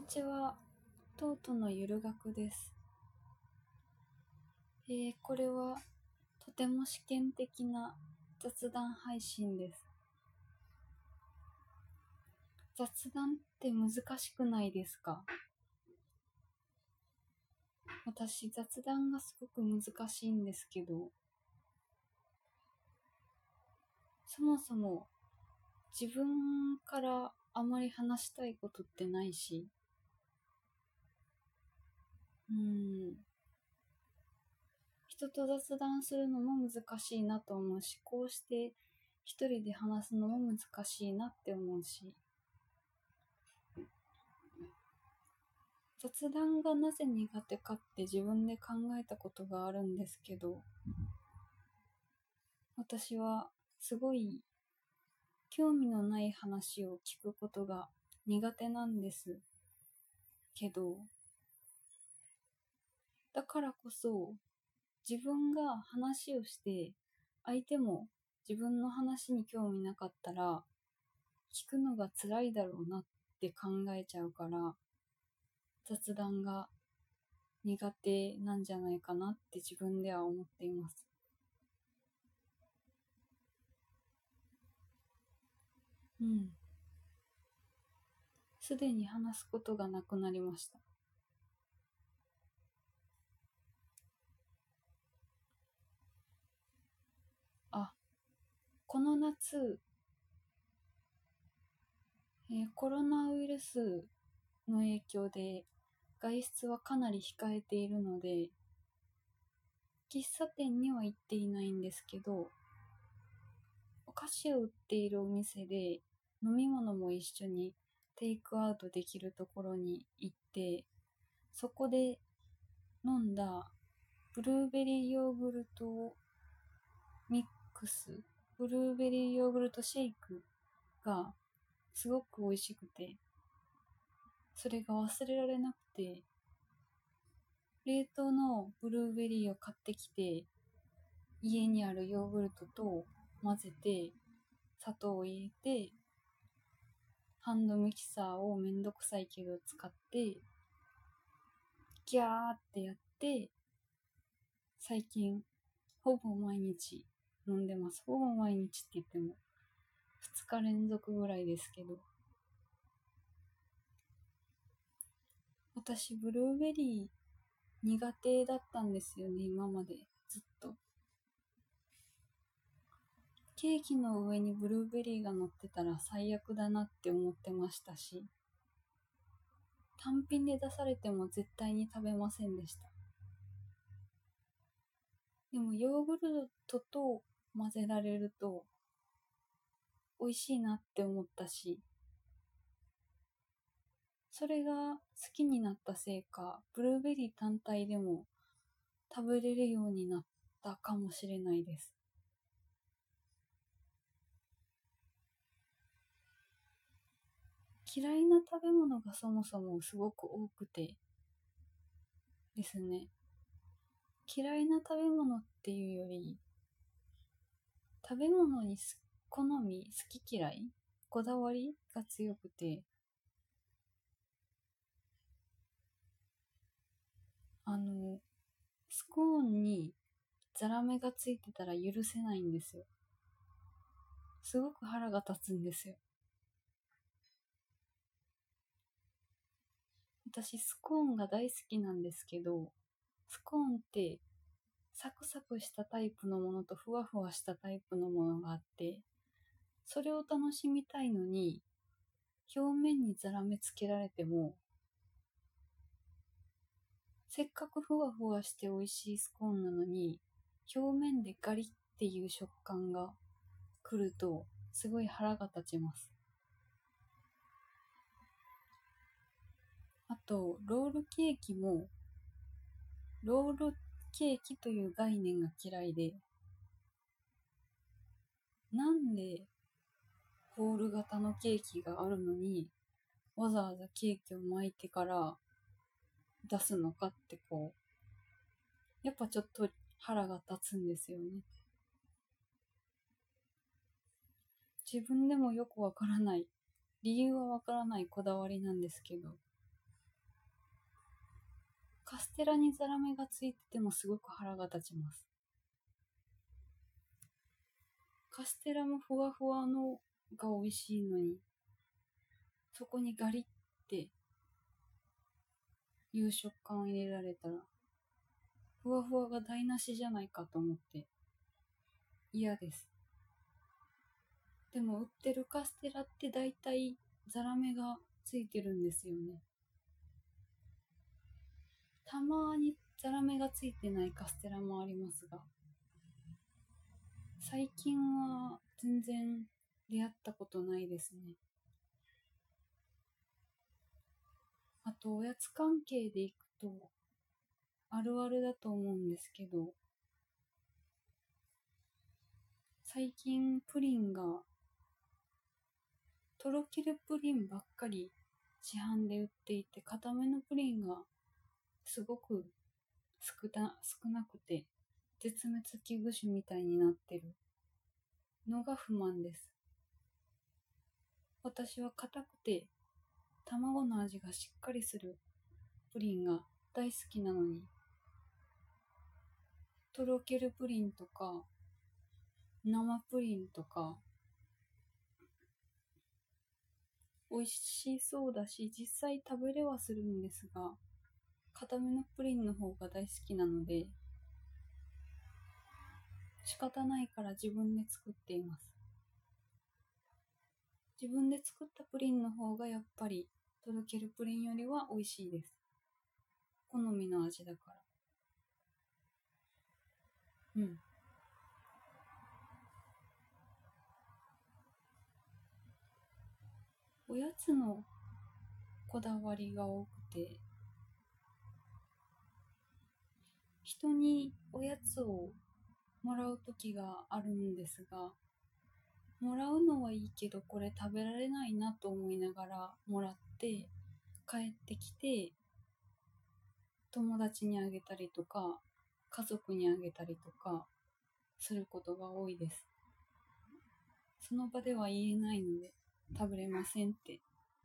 にちは、トートのゆる学です。これはとても試験的な雑談配信です。雑談って難しくないですか？私、雑談がすごく難しいんですけど、そもそも自分からあまり話したいことってないし、人と雑談するのも難しいなと思うし、こうして一人で話すのも難しいなって思うし、雑談がなぜ苦手かって自分で考えたことがあるんですけど、私はすごい興味のない話を聞くことが苦手なんですけど、だからこそ自分が話をして相手も自分の話に興味なかったら聞くのが辛いだろうなって考えちゃうから、雑談が苦手なんじゃないかなって自分では思っています。すでに話すことがなくなりました。この夏、コロナウイルスの影響で外出はかなり控えているので、喫茶店には行っていないんですけど、お菓子を売っているお店で飲み物も一緒にテイクアウトできるところに行って、そこで飲んだブルーベリーヨーグルトミックス、ブルーベリーヨーグルトシェイクがすごく美味しくて、それが忘れられなくて、冷凍のブルーベリーを買ってきて、家にあるヨーグルトと混ぜて、砂糖を入れて、ハンドミキサーをめんどくさいけど使って、ギャーってやって、最近、ほぼ毎日飲んでます。ほぼ毎日って言っても、2日連続ぐらいですけど。私、ブルーベリー苦手だったんですよね、今まで。ずっと。ケーキの上にブルーベリーが乗ってたら最悪だなって思ってましたし、単品で出されても絶対に食べませんでした。でもヨーグルトと混ぜられると美味しいなって思ったし、それが好きになったせいか、ブルーベリー単体でも食べれるようになったかもしれないです。嫌いな食べ物がそもそもすごく多くてですね。嫌いな食べ物っていうより、食べ物に好み、好き嫌い、こだわりが強くて、スコーンにザラメがついてたら許せないんですよ。すごく腹が立つんですよ。私、スコーンが大好きなんですけど、スコーンってサクサクしたタイプのものとふわふわしたタイプのものがあって、それを楽しみたいのに、表面にザラメつけられても、せっかくふわふわして美味しいスコーンなのに、表面でガリっていう食感が来ると、すごい腹が立ちます。あと、ロールケーキも、ロールケーキという概念が嫌いで、なんでホール型のケーキがあるのに、わざわざケーキを巻いてから出すのかってやっぱちょっと腹が立つんですよね。自分でもよくわからない、理由はわからないこだわりなんですけど、 カステラにザラメがついててもすごく腹が立ちます。カステラもふわふわのが美味しいのに、そこにガリっていう食感を入れられたら、ふわふわが台無しじゃないかと思って嫌です。でも売ってるカステラってだいたいザラメがついてるんですよね。たまにザラメがついてないカステラもありますが、最近は全然出会ったことないですね。あとおやつ関係でいくとあるあるだと思うんですけど、最近プリンがとろけるプリンばっかり市販で売っていて、固めのプリンがすごく少なくて絶滅危惧種みたいになってるのが不満です。私は硬くて卵の味がしっかりするプリンが大好きなのに、とろけるプリンとか生プリンとか美味しそうだし、実際食べれはするんですが、固めのプリンの方が大好きなので、仕方ないから自分で作っています。自分で作ったプリンの方がやっぱりとろけるプリンよりは美味しいです。好みの味だから。おやつのこだわりが多くて、人におやつをもらう時があるんですが、もらうのはいいけどこれ食べられないなと思いながらもらって帰ってきて友達にあげたりとか家族にあげたりとかすることが多いです。その場では言えないので食べれませんって